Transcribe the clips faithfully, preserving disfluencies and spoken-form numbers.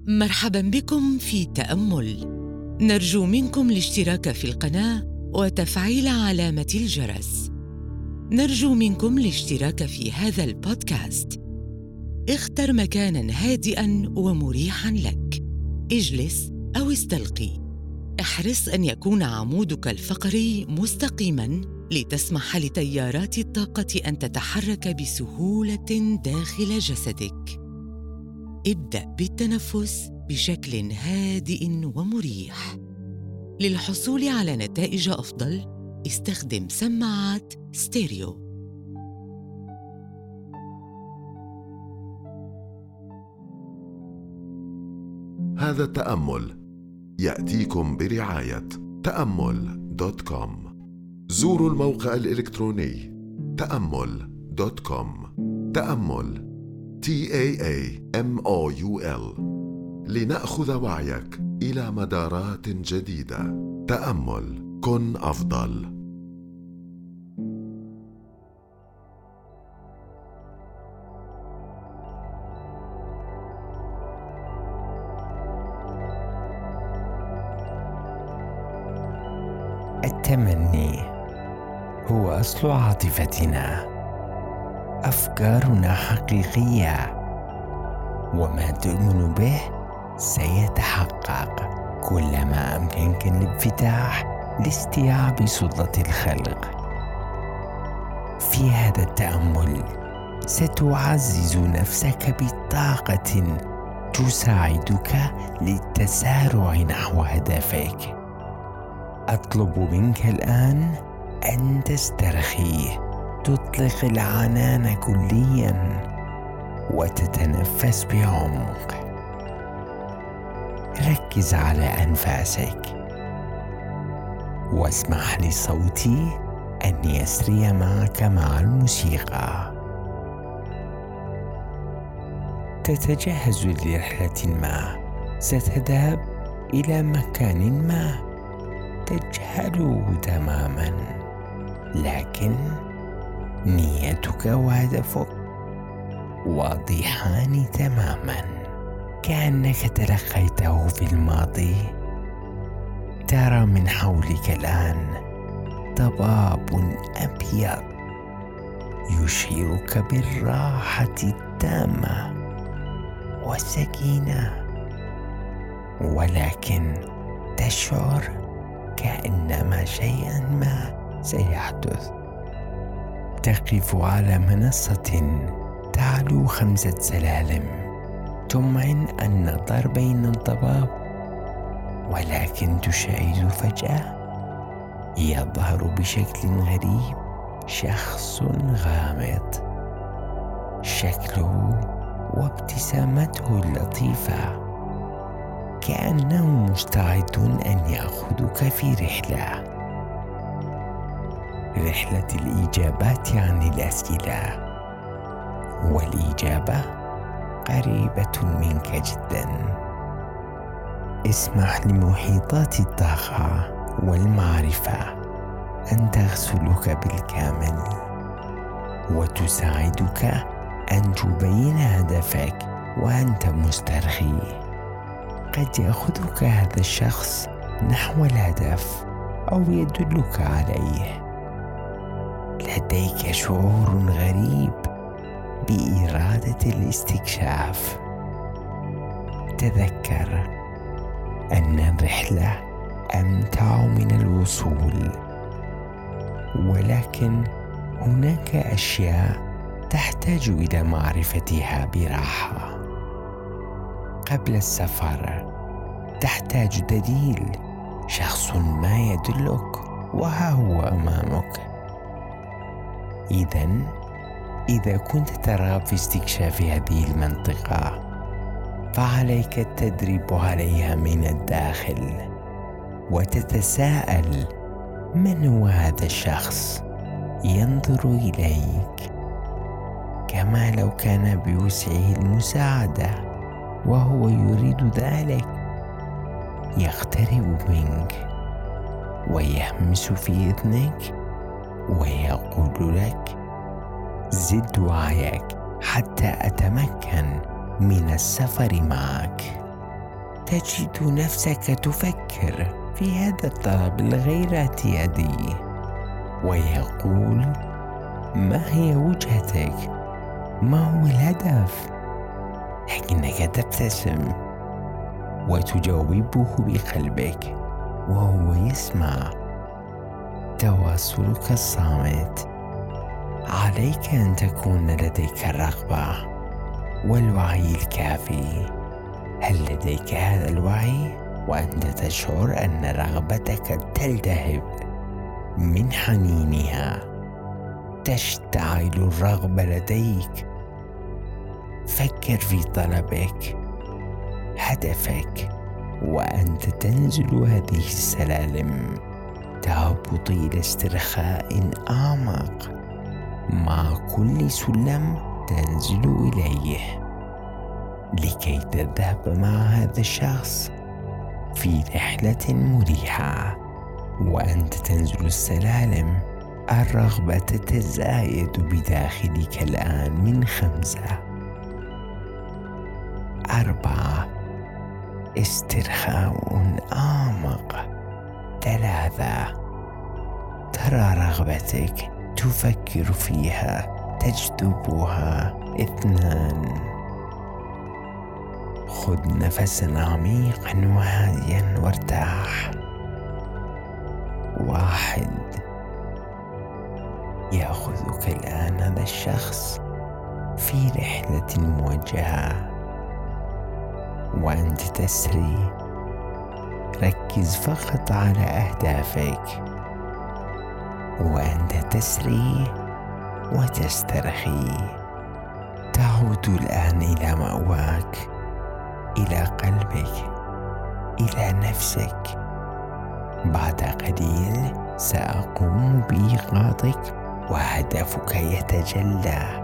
مرحباً بكم في تأمل. نرجو منكم الاشتراك في القناة وتفعيل علامة الجرس. نرجو منكم الاشتراك في هذا البودكاست. اختر مكاناً هادئاً ومريحاً لك. اجلس أو استلقي. احرص أن يكون عمودك الفقري مستقيماً لتسمح لتيارات الطاقة أن تتحرك بسهولة داخل جسدك. ابدأ بالتنفس بشكل هادئ ومريح. للحصول على نتائج أفضل، استخدم سماعات ستيريو. هذا التأمل يأتيكم برعاية تأمل دوت كوم. زوروا الموقع الإلكتروني تأمل دوت كوم. تأمل تي إيه إيه إم أو يو إل لنأخذ وعيك إلى مدارات جديدة. تأمل، كن أفضل. التمني هو أصل عاطفتنا. أفكارنا حقيقية، وما تؤمن به سيتحقق. كلما أمكنك الانفتاح لاستيعاب سلطة الخلق. في هذا التأمل ستعزز نفسك بطاقة تساعدك للتسارع نحو هدفك. أطلب منك الآن أن تسترخي، تطلق العنان كلياً وتتنفس بعمق. ركز على أنفاسك واسمح لصوتي أن يسري معك مع الموسيقى. تتجهز لرحلة ما، ستذهب إلى مكان ما تجهله تماماً، لكن نيتك وهدفك واضحان تماما، كأنك تلقيته في الماضي. ترى من حولك الآن ضباب أبيض يشعرك بالراحة التامة والسكينة، ولكن تشعر كأنما شيئا ما سيحدث. تقف على منصة تعلو خمسة سلالم، تمعن النظر بين الضباب، ولكن تشاهد فجأة يظهر بشكل غريب شخص غامض. شكله وابتسامته اللطيفة كأنه مستعد أن يأخذك في رحلة رحلة الإجابات عن الأسئلة، والإجابة قريبة منك جدا. اسمح لمحيطات الطاقة والمعرفة أن تغسلك بالكامل وتساعدك أن تبين هدفك وأنت مسترخي. قد يأخذك هذا الشخص نحو الهدف أو يدلك عليه. لديك شعور غريب بإرادة الاستكشاف. تذكر أن الرحلة أمتع من الوصول، ولكن هناك أشياء تحتاج إلى معرفتها براحة. قبل السفر تحتاج دليل، شخص ما يدلك وها هو أمامك. إذن إذا كنت ترغب في استكشاف هذه المنطقة، فعليك التدريب عليها من الداخل وتتساءل: من هو هذا الشخص؟ ينظر إليك كما لو كان بوسعه المساعدة وهو يريد ذلك. يقترب منك ويهمس في إذنك ويقول لك: زد وعيك حتى أتمكن من السفر معك. تجد نفسك تفكر في هذا الطلب الغير اعتيادي ويقول: ما هي وجهتك؟ ما هو الهدف؟ لكنك تبتسم وتجاوبه بقلبك وهو يسمع. تواصلك الصامت. عليك أن تكون لديك الرغبة والوعي الكافي. هل لديك هذا الوعي وأنت تشعر أن رغبتك تلتهب من حنينها؟ تشتعل الرغبة لديك. فكر في طلبك، هدفك، وأنت تنزل هذه السلالم تهبط إلى استرخاء أعمق مع كل سلم تنزل إليه، لكي تذهب مع هذا الشخص في رحلة مريحة. وأنت تنزل السلالم، الرغبة تتزايد بداخلك الآن من خمسة، أربعة، استرخاء أعمق، ثلاثة، ترى رغبتك تفكر فيها تجذبها، اثنان، خذ نفسا عميقا وهاديا وارتاح، واحد، يأخذك الآن هذا الشخص في رحلة موجهة وأنت تسري. ركز فقط على أهدافك وأنت تسري وتسترخي. تعود الآن إلى مأواك، إلى قلبك، إلى نفسك. بعد قليل سأقوم بإيقاظك وهدفك يتجلى.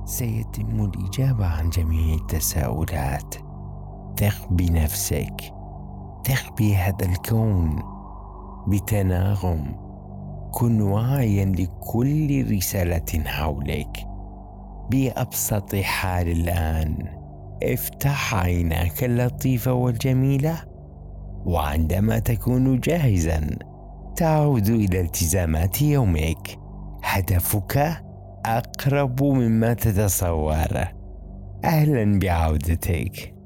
سيتم الإجابة عن جميع التساؤلات. ثق بنفسك، ثق بهذا الكون بتناغم. كن واعيا لكل رسالة حولك. بأبسط حال الآن افتح عيناك اللطيفة والجميلة، وعندما تكون جاهزا تعود إلى التزامات يومك. هدفك أقرب مما تتصور. أهلا بعودتك.